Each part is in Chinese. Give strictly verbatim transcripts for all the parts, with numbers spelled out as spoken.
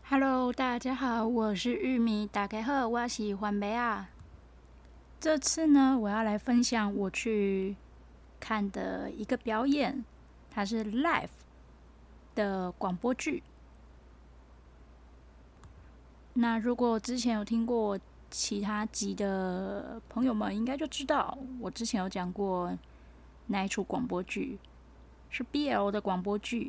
Hello，大家好，我是玉米，大家好，我是环北啊。这次呢，我要来分享我去看的一个表演，它是 live 的广播剧。那如果之前有听过其他集的朋友们，应该就知道我之前有讲过那一出广播剧是 B L 的广播剧。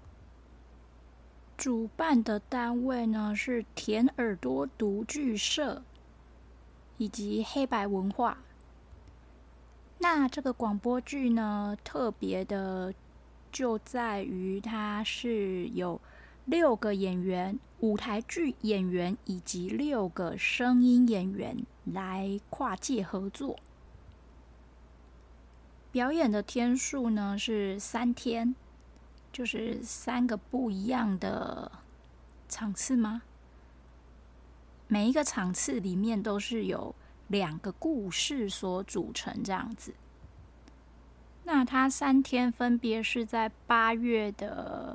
主办的单位呢是甜耳朵读剧社以及黑白文化。那这个广播剧呢，特别的就在于它是有六个演员，舞台剧演员以及六个声音演员来跨界合作。表演的天数呢是三天。就是三个不一样的场次吗？每一个场次里面都是有两个故事所组成，这样子。那它三天分别是在八月的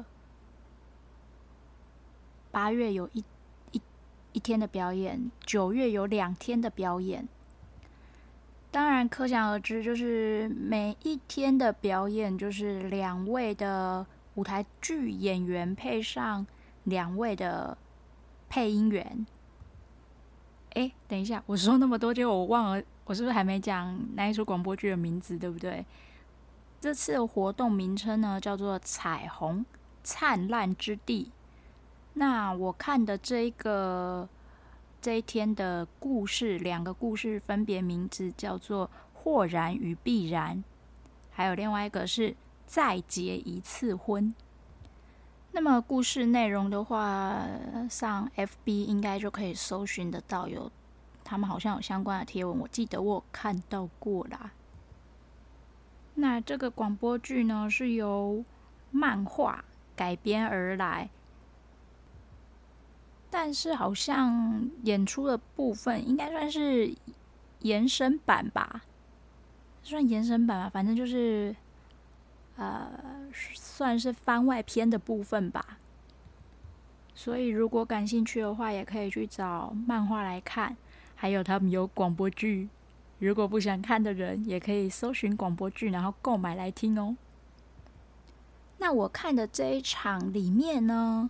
八月有一一一天的表演，九月有两天的表演。当然，可想而知，就是每一天的表演就是两位的舞台剧演员配上两位的配音员。哎，等一下，我说那么多，结果我忘了，我是不是还没讲那一出广播剧的名字，对不对？这次的活动名称呢，叫做《彩虹灿烂之地》。那我看的这一个这一天的故事，两个故事分别名字叫做《或然与必然》，还有另外一个是再结一次婚。那么故事内容的话，上 F B 应该就可以搜寻得到，有他们好像有相关的贴文，我记得我有看到过啦。那这个广播剧呢，是由漫画改编而来，但是好像演出的部分应该算是延伸版吧，算延伸版吧，反正就是呃，算是番外篇的部分吧。所以如果感兴趣的话，也可以去找漫画来看，还有他们有广播剧。如果不想看的人，也可以搜寻广播剧，然后购买来听哦。那我看的这一场里面呢，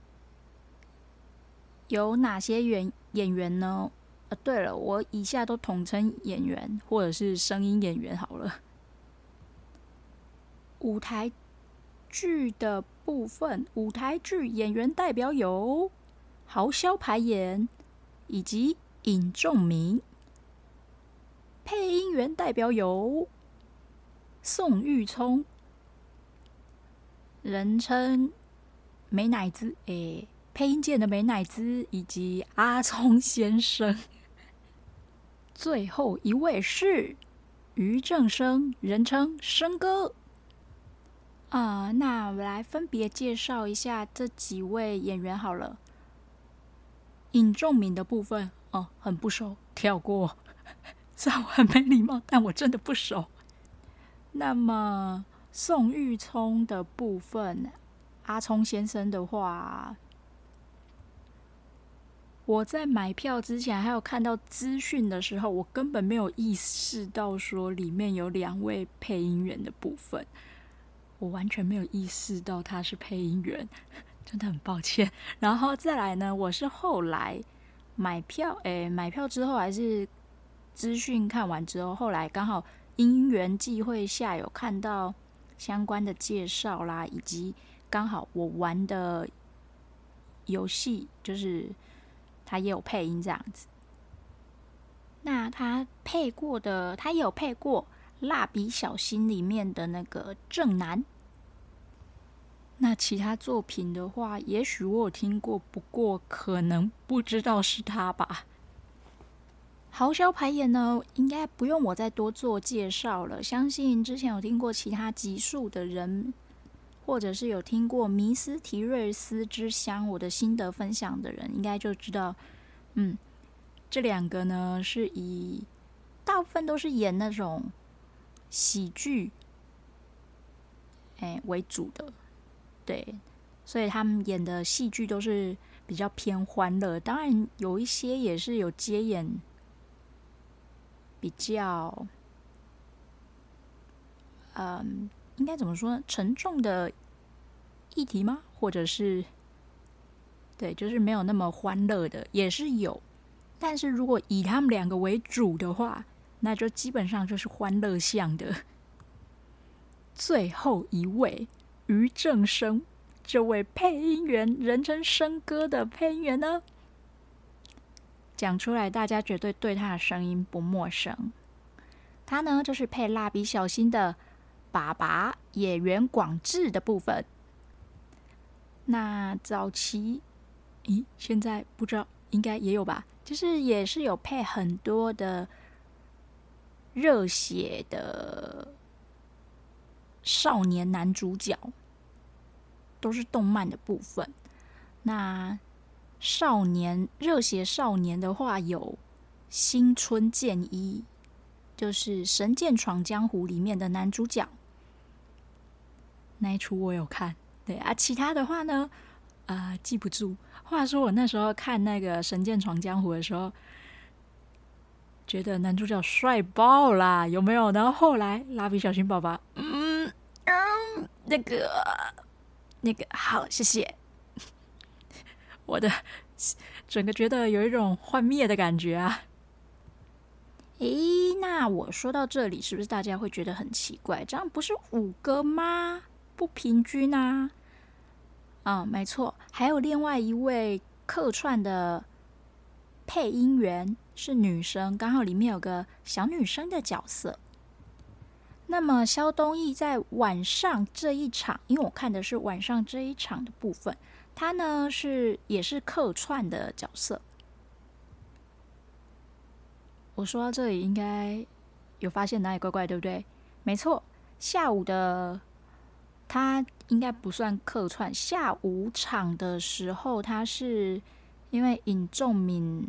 有哪些演演员呢？呃，对了，我以下都统称演员或者是声音演员好了。舞台剧的部分，舞台剧演员代表有豪肖排演以及尹仲明，配音员代表有宋玉聪，人称美乃滋，诶，配音界的美乃滋，以及阿聪先生。最后一位是于正生，人称生哥。啊、呃，那我来分别介绍一下这几位演员好了。尹仲明的部分，哦，很不熟，跳过。虽然我很没礼貌，但我真的不熟。那么宋玉聪的部分，阿聪先生的话，我在买票之前还有看到资讯的时候，我根本没有意识到说里面有两位配音员的部分。我完全没有意识到他是配音员，真的很抱歉。然后再来呢，我是后来买票，诶，买票之后还是资讯看完之后，后来刚好因缘际会下有看到相关的介绍啦，以及刚好我玩的游戏就是他也有配音这样子。那他配过的，他也有配过蜡笔小新里面的那个正男。那其他作品的话，也许我有听过，不过可能不知道是他吧。豪肖排演呢，应该不用我再多做介绍了。相信之前有听过其他集数的人，或者是有听过《迷斯提瑞斯之乡》我的心得分享的人，应该就知道，嗯，这两个呢是以大部分都是演那种喜剧，哎为主的。对， 所以他们演的戏剧都是比较偏欢乐，当然有一些也是有接演比较，嗯，应该怎么说呢？沉重的议题吗？或者是对，就是没有那么欢乐的，也是有。但是如果以他们两个为主的话，那就基本上就是欢乐向的。最后一位于正生，这位配音员，人称生哥的配音员呢，讲出来大家绝对对他的声音不陌生。他呢就是配蜡笔小新的爸爸野原广志的部分。那早期，咦，现在不知道，应该也有吧？就是也是有配很多的热血的少年男主角，都是动漫的部分。那少年热血少年的话，有新村健一，就是《神剑闯江湖》里面的男主角，那一出我有看。对啊，其他的话呢，呃，记不住。话说我那时候看那个《神剑闯江湖》的时候，觉得男主角帅爆啦，有没有？然后后来蜡笔小新爸爸，嗯嗯，那个那个好，谢谢。我的整个觉得有一种幻灭的感觉啊。诶，那我说到这里，是不是大家会觉得很奇怪？这样不是五个吗？不平均啊。嗯，没错，还有另外一位客串的配音员是女生，刚好里面有个小女生的角色。那么萧东义在晚上这一场，因为我看的是晚上这一场的部分，他呢是也是客串的角色。我说到这里，应该有发现哪里怪怪，对不对？没错，下午的他应该不算客串，下午场的时候，他是因为尹仲敏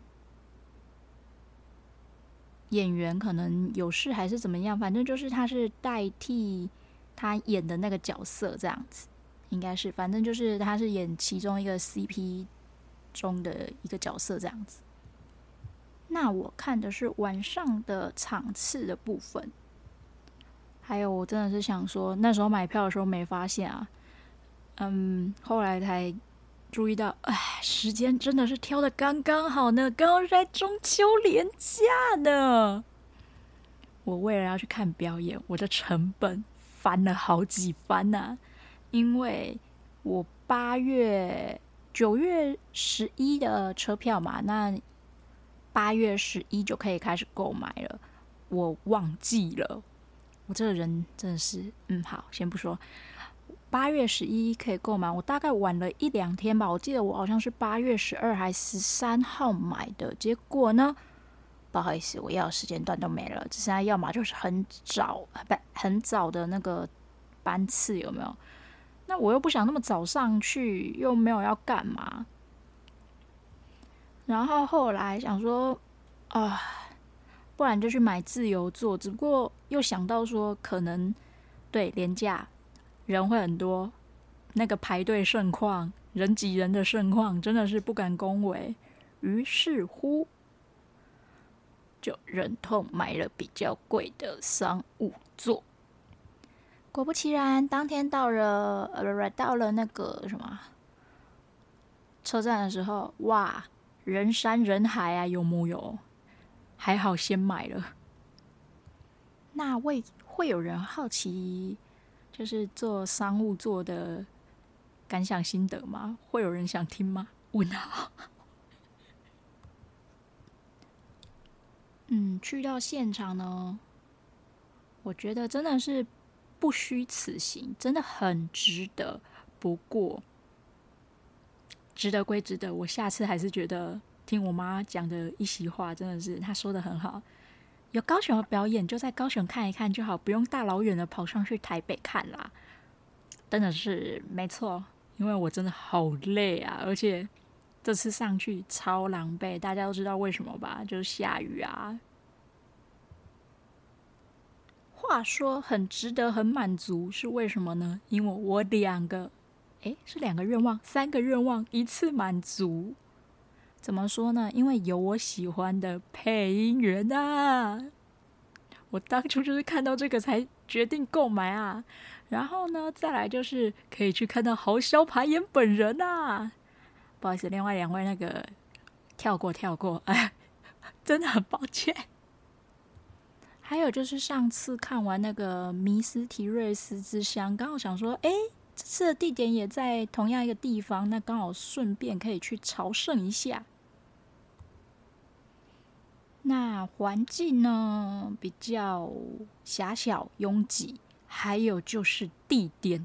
演员可能有事还是怎么样，反正就是他是代替他演的那个角色这样子，应该是，反正就是他是演其中一个 C P 中的一个角色这样子。那我看的是晚上的场次的部分，还有我真的是想说，那时候买票的时候没发现啊，嗯，后来才注意到，哎，时间真的是挑的刚刚好呢，刚好是在中秋连假呢。我为了要去看表演，我的成本翻了好几番啊，因为我八月、九月十一的车票嘛，那八月十一就可以开始购买了，我忘记了。我这个人真的是，嗯，好，先不说。八月十一可以购买，我大概晚了一两天吧。我记得我好像是八月十二还十三号买的，结果呢，不好意思，我要的时间段都没了，只剩下要么就是很早，不很早的那个班次，有没有？那我又不想那么早上去，又没有要干嘛。然后后来想说，啊，不然就去买自由座。只不过又想到说，可能对廉价人会很多，那个排队盛况、人挤人的盛况，真的是不敢恭维。于是乎，就忍痛买了比较贵的商务座。果不其然，当天到了，呃，不不，到了那个什么车站的时候，哇！人山人海啊，有木有？还好先买了。那会会有人好奇，就是做商务座的感想心得吗？会有人想听吗？问号。嗯，去到现场呢，我觉得真的是不虚此行，真的很值得。不过，值得归值得，我下次还是觉得听我妈讲的一席话，真的是她说的很好。有高雄的表演就在高雄看一看就好，不用大老远的跑上去台北看啦。真的是没错，因为我真的好累啊，而且这次上去超狼狈，大家都知道为什么吧？就是下雨啊。话说很值得很满足是为什么呢？因为我两个诶，是两个愿望，三个愿望一次满足。怎么说呢？因为有我喜欢的配音员啊，我当初就是看到这个才决定购买啊。然后呢，再来就是可以去看到豪肖排演本人啊。不好意思，另外两位那个跳过跳过，哎，真的很抱歉。还有就是上次看完那个迷斯提瑞斯之乡，刚好想说，哎，这次的地点也在同样一个地方，那刚好顺便可以去朝圣一下。那环境呢比较狭小拥挤，还有就是地点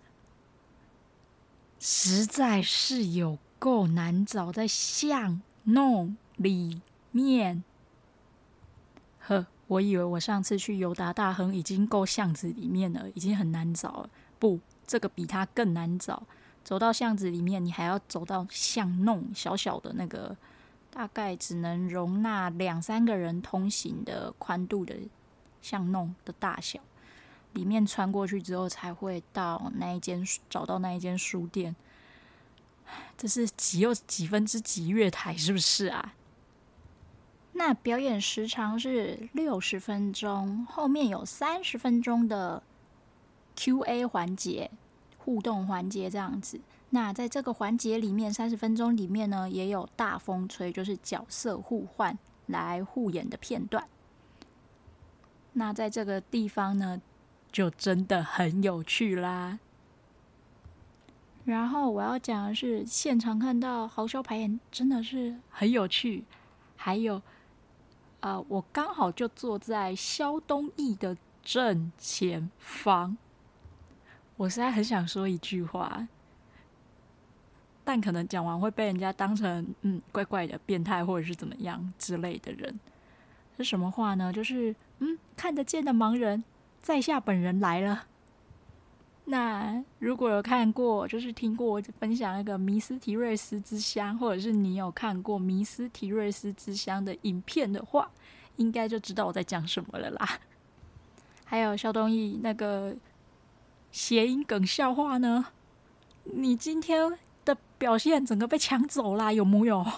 实在是有够难找，在巷弄里面。呵，我以为我上次去友达大亨已经够巷子里面了，已经很难找了。不，这个比它更难找。走到巷子里面，你还要走到巷弄，小小的那个，大概只能容纳两三个人通行的宽度的巷弄的大小。里面穿过去之后，才会到那一间找到那一间书店。这是几又几分之几月台，是不是啊？那表演时长是六十分钟，后面有三十分钟的 Q A 环节、互动环节这样子。那在这个环节里面，三十分钟里面呢，也有大风吹，就是角色互换来互演的片段。那在这个地方呢，就真的很有趣啦。然后我要讲的是，现场看到豪肖排演真的是很有趣。还有，呃，我刚好就坐在萧东义的正前方。我实在很想说一句话，但可能讲完会被人家当成嗯怪怪的变态或者是怎么样之类的人。是什么话呢？就是嗯看得见的盲人，在下本人来了。那如果有看过，就是听过我分享那个迷斯提瑞斯之乡，或者是你有看过迷斯提瑞斯之乡的影片的话，应该就知道我在讲什么了啦。还有萧东义那个谐音梗笑话呢，你今天的表现整个被抢走啦，有木有？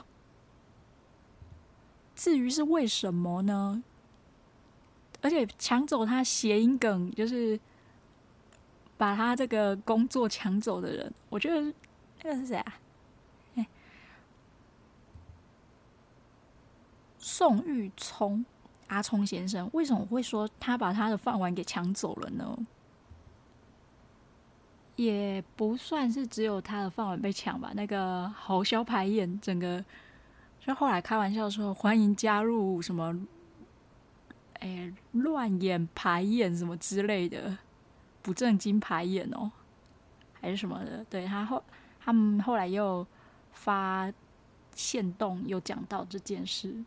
至于是为什么呢？而且抢走他谐音梗，就是把他这个工作抢走的人，我觉得那个是谁啊？欸、宋玉聪，阿聪先生，为什么会说他把他的饭碗给抢走了呢？也不算是只有他的饭碗被抢吧，那个豪肖排演，整个就后来开玩笑说欢迎加入什么，哎，乱演排演什么之类的。不正经排演哦，还是什么的？对，他后他们后来又发限动，有讲到这件事。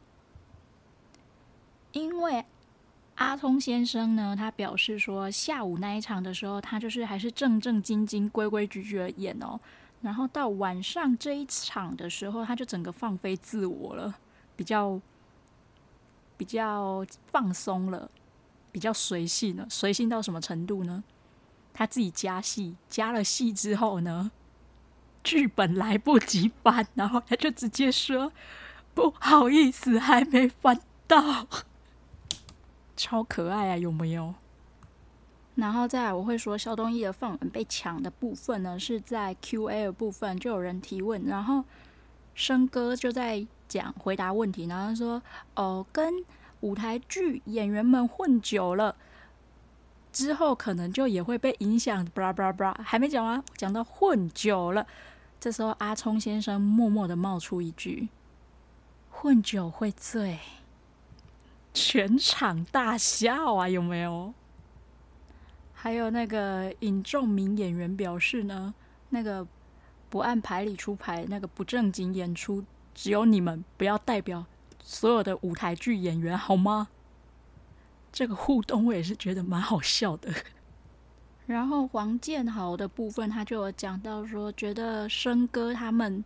因为阿聪先生呢，他表示说，下午那一场的时候，他就是还是正正经经、规规矩矩的演哦。然后到晚上这一场的时候，他就整个放飞自我了，比较比较放松了，比较随性了。随性到什么程度呢？他自己加戏，加了戏之后呢，剧本来不及翻，然后他就直接说不好意思，还没翻到，超可爱啊，有没有？然后再来我会说萧东义的饭碗被抢的部分呢，是在 Q A 的部分就有人提问，然后生哥就在讲回答问题，然后说哦，跟舞台剧演员们混久了。之后可能就也会被影响 blah blah blah， 还没讲完，讲到混久了，这时候阿聪先生默默的冒出一句：混酒会醉。全场大笑啊，有没有？还有那个尹仲明演员表示呢，那个不按牌理出牌，那个不正经演出，只有你们，不要代表所有的舞台剧演员好吗？这个互动我也是觉得蛮好笑的。然后黄建豪的部分，他就有讲到说，觉得生哥他们，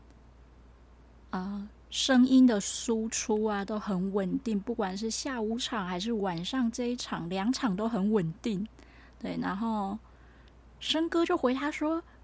呃，声音的输出啊都很稳定，不管是下午场还是晚上这一场，两场都很稳定。对，然后生哥就回他说，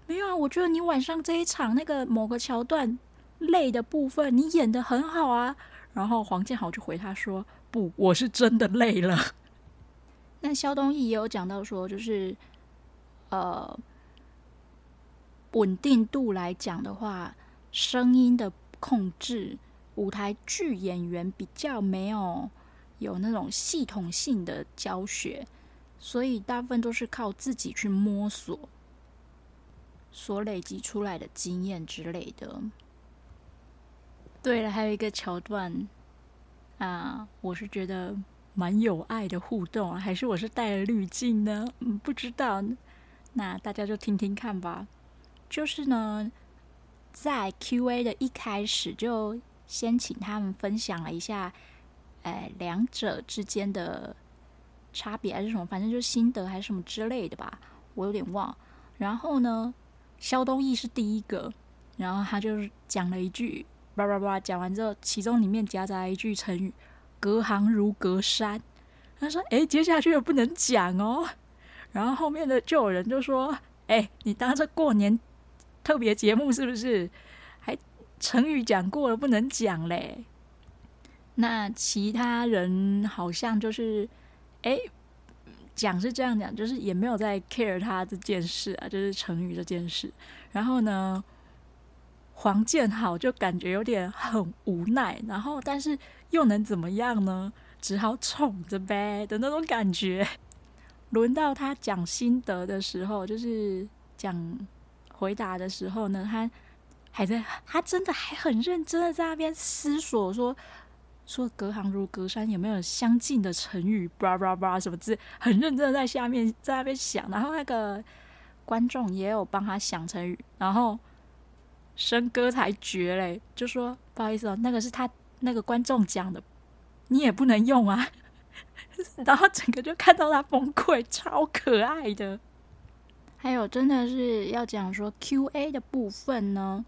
没有啊，我觉得你晚上这一场那个某个桥段累的部分，你演得很好啊。然后黄建豪就回他说：“不，我是真的累了。”那萧东义也有讲到说，就是呃，稳定度来讲的话，声音的控制，舞台剧演员比较没有有那种系统性的教学，所以大部分都是靠自己去摸索，所累积出来的经验之类的。对了，还有一个桥段啊，我是觉得蛮有爱的互动，还是我是带了滤镜呢？嗯，不知道。那大家就听听看吧。就是呢，在 Q A 的一开始就先请他们分享了一下，呃，两者之间的差别还是什么，反正就是心得还是什么之类的吧，我有点忘。然后呢，萧东义是第一个，然后他就讲了一句，叭叭叭，讲完之后，其中里面夹杂一句成语“隔行如隔山”。他说：“哎，接下去也不能讲哦。”然后后面的就有人就说：“哎，你当这过年特别节目是不是？还成语讲过了不能讲嘞。”那其他人好像就是哎讲是这样讲，就是也没有在 care 他这件事啊，就是成语这件事。然后呢，黄建豪就感觉有点很无奈，然后但是又能怎么样呢？只好宠着呗的那种感觉。轮到他讲心得的时候，就是讲回答的时候呢，他还在，他真的还很认真的在那边思索说，说隔行如隔山有没有相近的成语，叭叭叭什么之类，很认真的在下面在那边想，然后那个观众也有帮他想成语，然后生哥才绝嘞，就说不好意思哦，那个是他那个观众讲的，你也不能用啊。然后整个就看到他崩溃，超可爱的。还有真的是要讲说 Q A 的部分呢，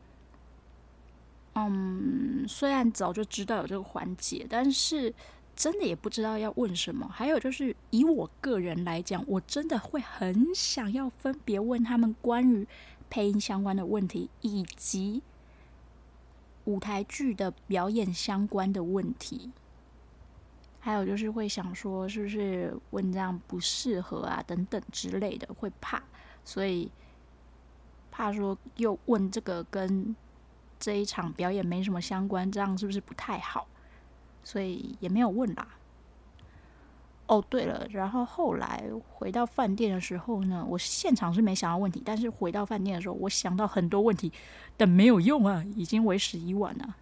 嗯，虽然早就知道有这个环节，但是真的也不知道要问什么。还有就是以我个人来讲，我真的会很想要分别问他们关于配音相关的问题，以及舞台剧的表演相关的问题。还有就是会想说，是不是问这样不适合啊，等等之类的，会怕，所以怕说又问这个跟这一场表演没什么相关，这样是不是不太好？所以也没有问啦。哦，对了，然后后来回到饭店的时候呢，我现场是没想到问题，但是回到饭店的时候，我想到很多问题，但没有用啊，已经为时已晚了。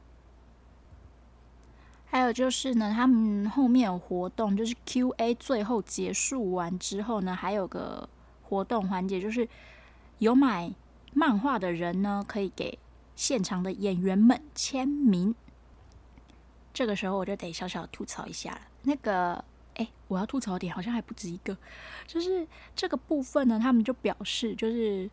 还有就是呢，他们后面有活动，就是 Q A 最后结束完之后呢，还有个活动环节，就是有买漫画的人呢，可以给现场的演员们签名。这个时候我就得小小吐槽一下了。那个，哎，我要吐槽的点好像还不止一个，就是这个部分呢，他们就表示，就是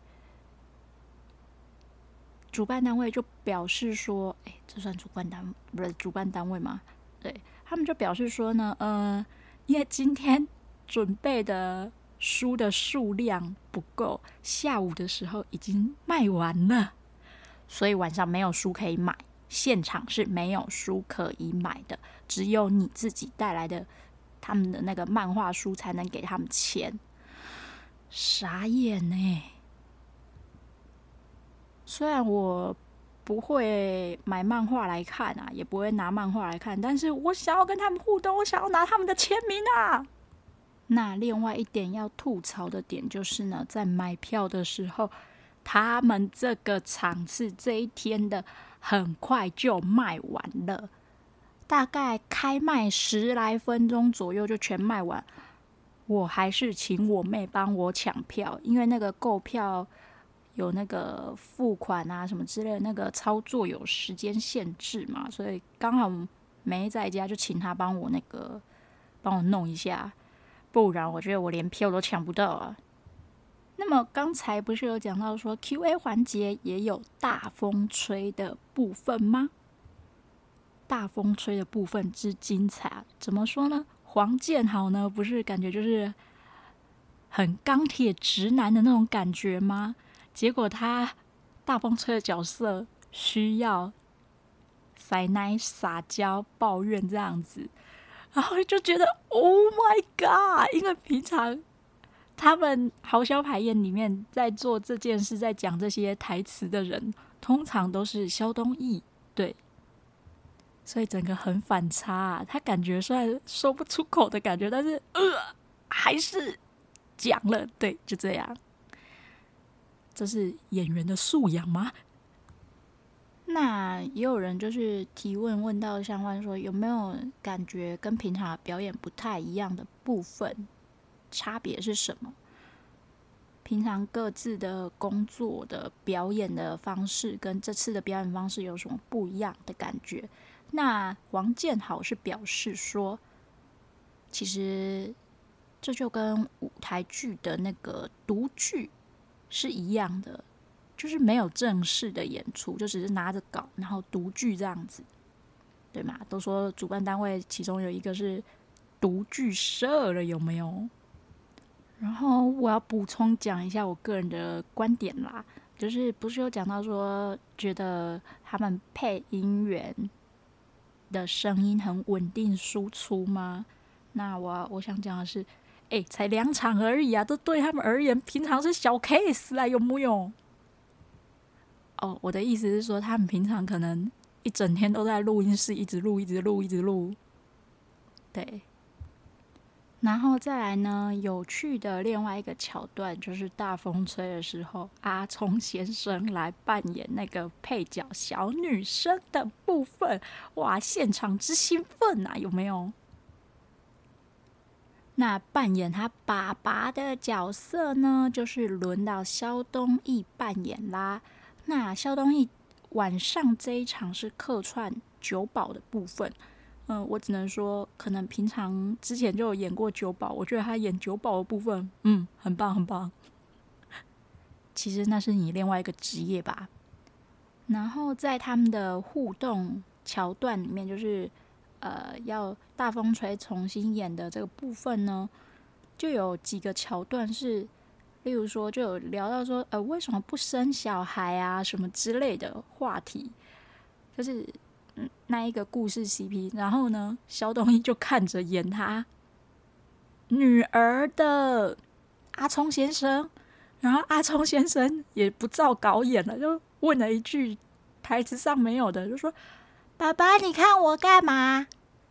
主办单位就表示说，哎，这算主办单不是主办单位吗？对，他们就表示说呢，呃，因为今天准备的书的数量不够，下午的时候已经卖完了，所以晚上没有书可以买，现场是没有书可以买的，只有你自己带来的他们的那个漫画书才能给他们签。傻眼呢！虽然我不会买漫画来看啊，也不会拿漫画来看，但是我想要跟他们互动，我想要拿他们的签名啊。那另外一点要吐槽的点就是呢，在买票的时候，他们这个场次这一天的很快就卖完了，大概开卖十来分钟左右就全卖完。我还是请我妹帮我抢票，因为那个购票有那个付款啊什么之类的，那个操作有时间限制嘛，所以刚好没在家，就请他帮我那个帮我弄一下，不然我觉得我连票都抢不到啊。那么刚才不是有讲到说 Q A 环节也有大风吹的部分吗？大风吹的部分之精彩啊，怎么说呢？黄建豪呢，不是感觉就是很钢铁直男的那种感觉吗？ 结果他大风吹的角色需要撒奶、撒娇、抱怨这样子，然后就觉得 Oh my God！ 因为平常他们豪销排宴里面在做这件事、在讲这些台词的人，通常都是萧东意，对，所以整个很反差、啊。他感觉虽然说不出口的感觉，但是呃，还是讲了，对，就这样。这是演员的素养吗？那也有人就是提问问到相关说，有没有感觉跟平常的表演不太一样的部分？差别是什么？平常各自的工作的表演的方式跟这次的表演方式有什么不一样的感觉？那黄建豪是表示说，其实这就跟舞台剧的那个读剧是一样的，就是没有正式的演出，就只是拿着稿然后读剧这样子，对吗？都说主办单位其中有一个是读剧社了，有没有？然后我要补充讲一下我个人的观点啦，就是不是有讲到说觉得他们配音员的声音很稳定输出吗？那我我想讲的是，哎、欸，才两场而已啊，这对他们而言平常是小 case 啊，有木有？哦，我的意思是说，他们平常可能一整天都在录音室一直录、一直录、一直录，对。然后再来呢，有趣的另外一个桥段就是大风吹的时候，阿聪先生来扮演那个配角小女生的部分，哇，现场之兴奋啊，有没有？那扮演他爸爸的角色呢，就是轮到萧东意扮演啦。那萧东意晚上这一场是客串九保的部分。嗯，我只能说，可能平常之前就有演过九保，我觉得他演九保的部分，嗯，很棒很棒。其实那是你另外一个职业吧。然后在他们的互动桥段里面，就是呃要大风吹重新演的这个部分呢，就有几个桥段是，例如说就有聊到说，呃，为什么不生小孩啊，什么之类的话题，就是。嗯，那一个故事 C P， 然后呢，萧东意就看着演他女儿的阿聪先生，然后阿聪先生也不照稿演了，就问了一句台词上没有的，就说：“爸爸，你看我干嘛？”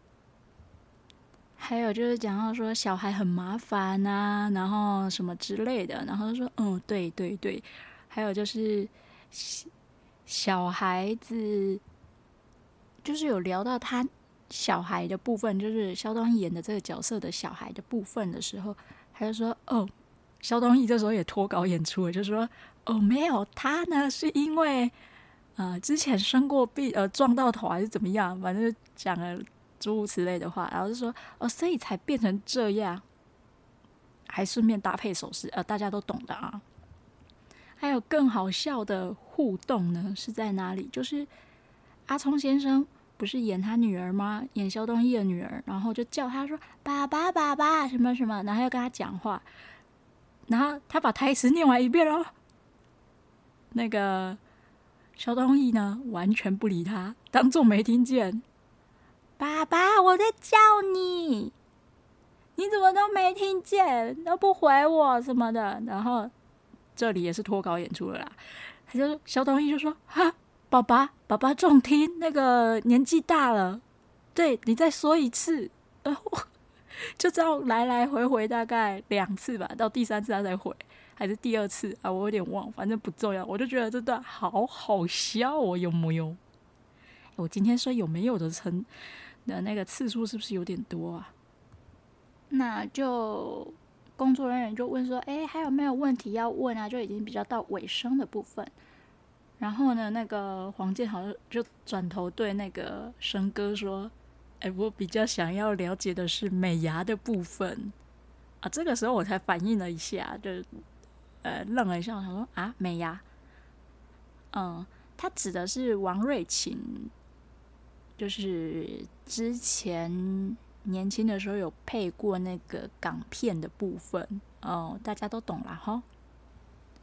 还有就是讲到说小孩很麻烦啊，然后什么之类的，然后就说：“嗯，对对对。”还有就是小孩子。就是有聊到他小孩的部分，就是萧东意演的这个角色的小孩的部分的时候，他就说：“哦，萧东意这时候也脱稿演出了，就说：哦，没有，他呢是因为呃之前生过病，呃撞到头还是怎么样，反正就讲了诸如此类的话，然后就说哦，所以才变成这样，还顺便搭配手势，呃，大家都懂的啊。还有更好笑的互动呢，是在哪里？就是。”阿聪先生不是演他女儿吗？演萧东意的女儿，然后就叫他说“爸爸，爸爸”什么什么，然后要跟他讲话，然后他把台词念完一遍了，那个萧东意呢完全不理他，当作没听见。爸爸，我在叫你，你怎么都没听见，都不回我什么的。然后这里也是脱稿演出了啦，他就萧东意就说：“哈。”爸爸，爸爸重听，那个年纪大了，对你再说一次，然后就这样来来回回大概两次吧，到第三次他才回，还是第二次啊？我有点忘，反正不重要。我就觉得这段好好笑哦，有没有？我今天说有没有的成的那个次数是不是有点多啊？那就工作人员就问说，哎，还有没有问题要问啊？就已经比较到尾声的部分。然后呢，那个黄建豪就转头对那个生哥说：“哎，我比较想要了解的是美牙的部分啊。”这个时候我才反应了一下，就呃愣了一下，我想说啊，美牙，嗯，他指的是王瑞琴，就是之前年轻的时候有配过那个港片的部分，哦，大家都懂啦哈。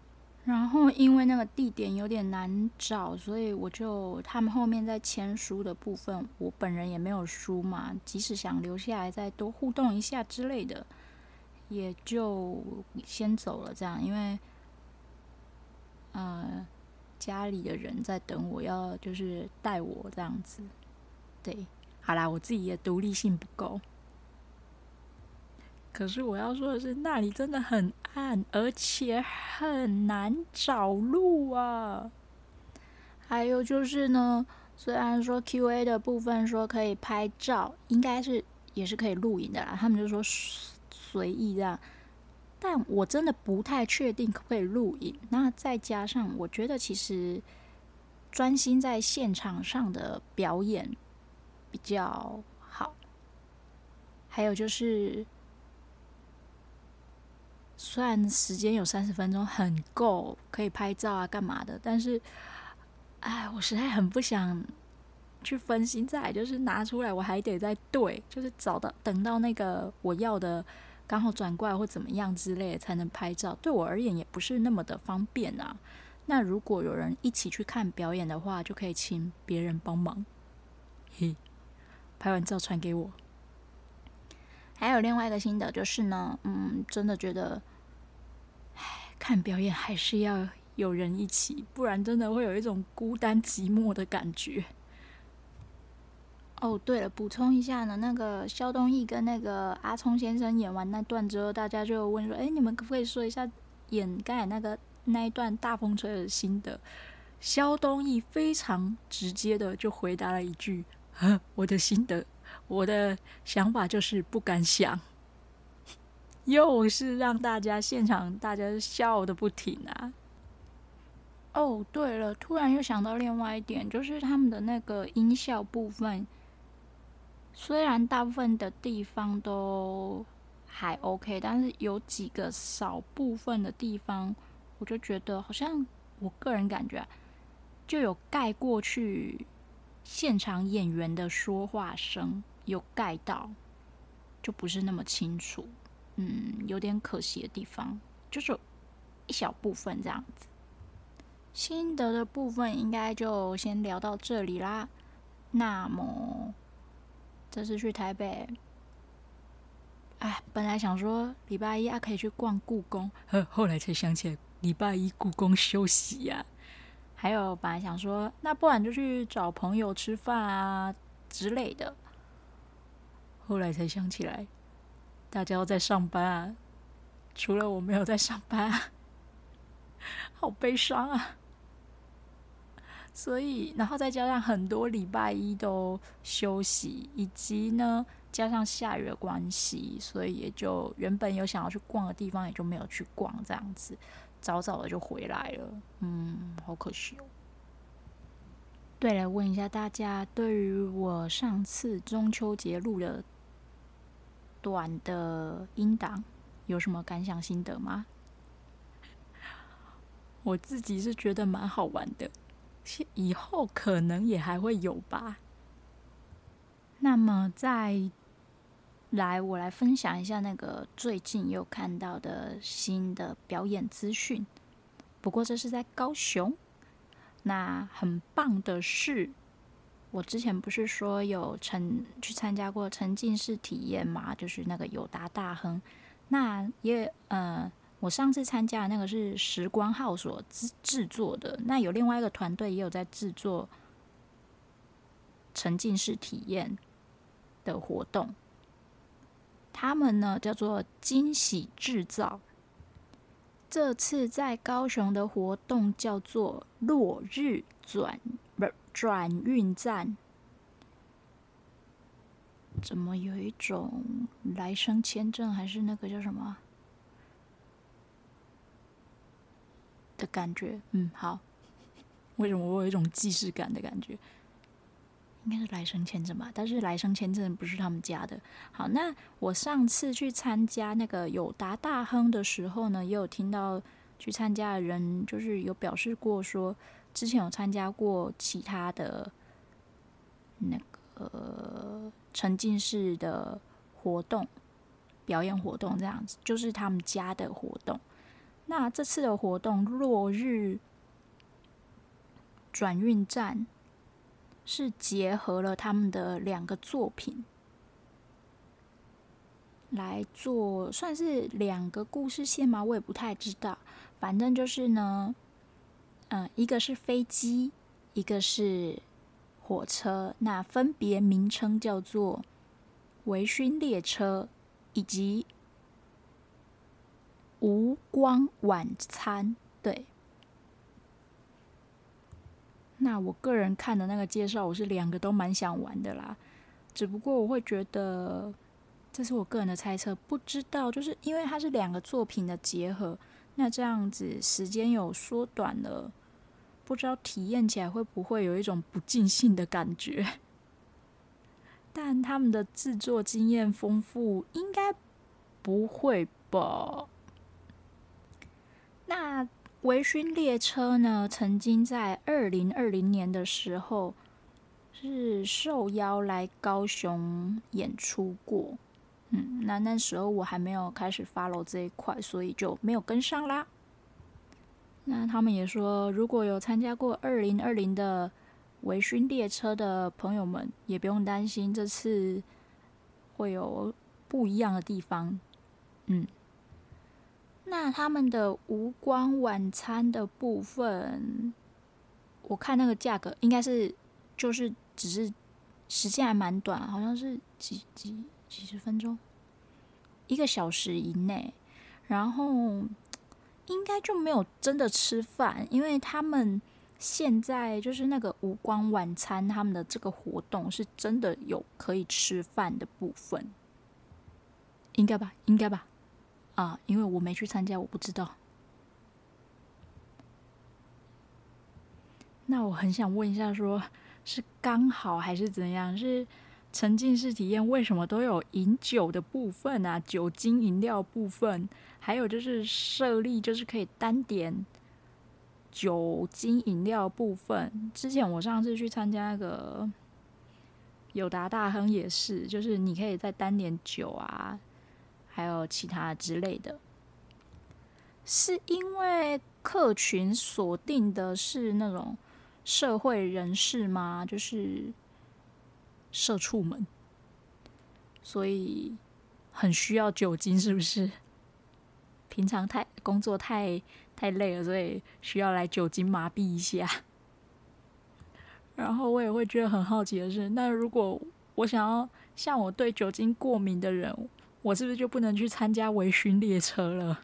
然后因为那个地点有点难找，所以我就他们后面在签书的部分，我本人也没有书嘛，即使想留下来再多互动一下之类的，也就先走了这样，因为呃家里的人在等我，要就是带我这样子。对，好啦，我自己的独立性不够。可是我要说的是，那里真的很暗，而且很难找路啊。还有就是呢，虽然说 Q A 的部分说可以拍照，应该是也是可以录影的啦，他们就说随意这样，但我真的不太确定可不可以录影。那再加上我觉得其实专心在现场上的表演比较好。还有就是虽然时间有三十分钟很够，可以拍照啊干嘛的，但是哎，我实在很不想去分心，再来就是拿出来我还得再对，就是找到等到那个我要的刚好转过来或怎么样之类的才能拍照，对我而言也不是那么的方便啊。那如果有人一起去看表演的话，就可以请别人帮忙，嘿，拍完照传给我。还有另外一个心得就是呢，嗯，真的觉得，唉，看表演还是要有人一起，不然真的会有一种孤单寂寞的感觉。哦，对了，补充一下呢，那个萧东义跟那个阿聪先生演完那段之后，大家就问说：“哎，你们可不可以说一下演刚才那个那一段大风吹的心得？”萧东义非常直接的就回答了一句：“呵，我的心得。”我的想法就是不敢想，又是让大家现场大家笑的不停啊！哦，对了，突然又想到另外一点，就是他们的那个音效部分，虽然大部分的地方都还 OK， 但是有几个少部分的地方，我就觉得好像我个人感觉、啊、就有盖过去现场演员的说话声。有盖到，就不是那么清楚，嗯，有点可惜的地方，就是一小部分这样子。心得的部分应该就先聊到这里啦。那么这次去台北，哎，本来想说礼拜一啊可以去逛故宫，呵，后来才想起来礼拜一故宫休息呀、啊。还有本来想说，那不然就去找朋友吃饭啊之类的。后来才想起来，大家都在上班啊，除了我没有在上班啊，好悲伤啊！所以，然后再加上很多礼拜一都休息，以及呢，加上下雨的关系，所以也就原本有想要去逛的地方，也就没有去逛，这样子，早早的就回来了。嗯，好可惜哦。对了，问一下大家，对于我上次中秋节录的短的音档有什么感想心得吗？我自己是觉得蛮好玩的，以后可能也还会有吧。那么再来，我来分享一下那个最近有看到的新的表演资讯。不过这是在高雄。那很棒的是，我之前不是说有沉去参加过沉浸式体验嘛，就是那个友达大亨。那也呃，我上次参加的那个是时光号所制作的，那有另外一个团队也有在制作沉浸式体验的活动，他们呢叫做惊喜制造。这次在高雄的活动叫做落日转不转运站，怎么有一种来生签证还是那个叫什么的感觉？嗯，好，为什么我有一种既视感的感觉？应该是来生签证吧，但是来生签证不是他们家的。好，那我上次去参加那个友达大亨的时候呢，也有听到去参加的人就是有表示过说，之前有参加过其他的那个沉浸式的活动、表演活动这样子，就是他们家的活动。 那这次的活动落日转运站是结合了他们的两个作品来做，算是两个故事线吗？我也不太知道。反正就是呢，嗯，一个是飞机，一个是火车，那分别名称叫做微醺列车以及无光晚餐。对，那我个人看的那个介绍，我是两个都蛮想玩的啦。只不过我会觉得，这是我个人的猜测，不知道就是因为它是两个作品的结合，那这样子时间有缩短了，不知道体验起来会不会有一种不尽兴的感觉。但他们的制作经验丰富，应该不会吧？那微醺列车呢，曾经在二零二零年的时候是受邀来高雄演出过。嗯，那那时候我还没有开始 follow 这一块，所以就没有跟上啦。那他们也说，如果有参加过二零二零的微醺列车的朋友们，也不用担心这次会有不一样的地方。嗯，那他们的无光晚餐的部分，我看那个价格应该是就是只是时间还蛮短，好像是几几几十分钟，一个小时以内，然后应该就没有真的吃饭，因为他们现在就是那个无光晚餐，他们的这个活动是真的有可以吃饭的部分，应该吧？应该吧？啊，因为我没去参加，我不知道。那我很想问一下说，是刚好还是怎样？是沉浸式体验为什么都有饮酒的部分啊？酒精饮料部分，还有就是设立就是可以单点酒精饮料部分。之前我上次去参加那个友达大亨也是，就是你可以再单点酒啊，还有其他之类的。是因为客群锁定的是那种社会人士吗？就是社畜们，所以很需要酒精，是不是？平常太工作太太累了，所以需要来酒精麻痹一下。然后我也会觉得很好奇的是，那如果我想要像我对酒精过敏的人，我是不是就不能去参加微醺列车了？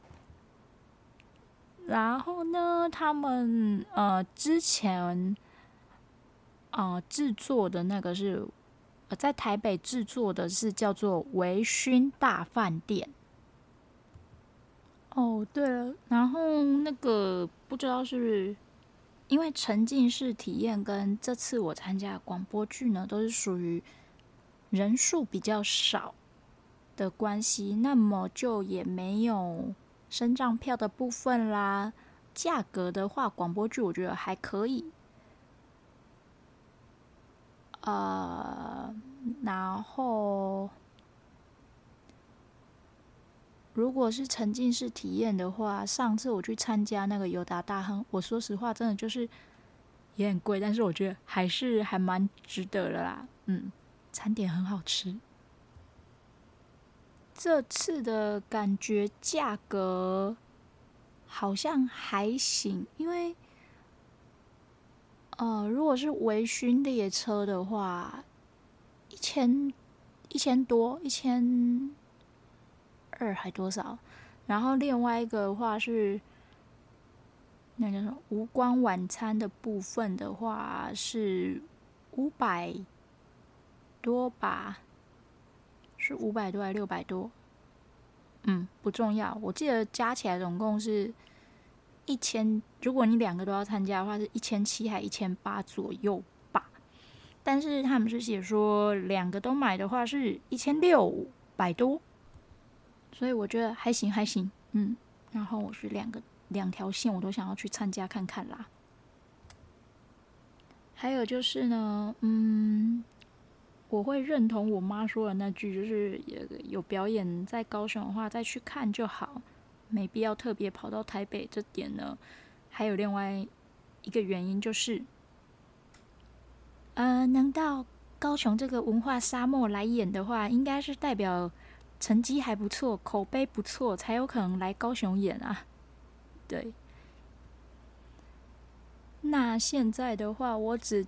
然后呢，他们呃之前呃制作的那个是呃在台北制作的是叫做微醺大饭店。哦，对了，然后那个不知道是不是因为沉浸式体验跟这次我参加的广播剧呢，都是属于人数比较少的关系，那么就也没有升帐票的部分啦。价格的话，广播剧我觉得还可以。呃，然后如果是沉浸式体验的话，上次我去参加那个友达大亨，我说实话，真的就是也很贵，但是我觉得还是还蛮值得的啦。嗯，餐点很好吃。这次的感觉价格好像还行，因为呃，如果是微醺列车的话，一千一千多，一千二还多少？然后另外一个的话是那叫什么无光晚餐的部分的话是五百多吧？是五百多还是六百多？嗯，不重要。我记得加起来总共是一千，如果你两个都要参加的话，是一千七还一千八左右吧。但是他们是写说两个都买的话是一千六百多，所以我觉得还行还行。嗯，然后我是两个两条线我都想要去参加看看啦。还有就是呢，嗯，我会认同我妈说的那句，就是有表演在高雄的话再去看就好。 没必要特别跑到台北。这点呢，还有另外一个原因就是，呃，能到高雄这个文化沙漠来演的话，应该是代表成绩还不错，口碑不错，才有可能来高雄演啊。对，那现在的话，我只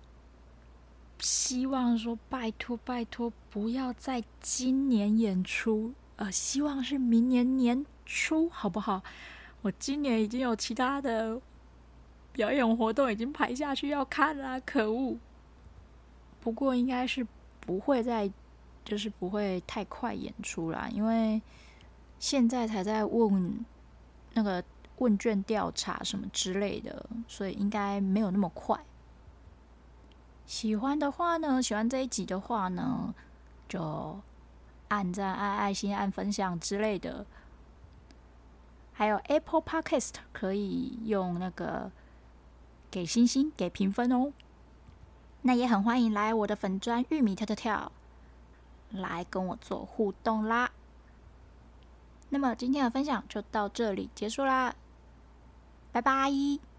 希望说，拜托拜托，不要在今年演出，呃，希望是明年年初，好不好？我今年已经有其他的表演活动已经排下去要看啦，可恶！不过应该是不会再，就是不会太快演出啦，因为现在才在问那个问卷调查什么之类的，所以应该没有那么快。喜欢的话呢，喜欢这一集的话呢，就按赞、按爱心、按分享之类的。还有 Apple Podcast 可以用那个给星星、给评分哦。那也很欢迎来我的粉专玉米跳跳跳来跟我做互动啦。那么今天的分享就到这里结束啦，拜拜。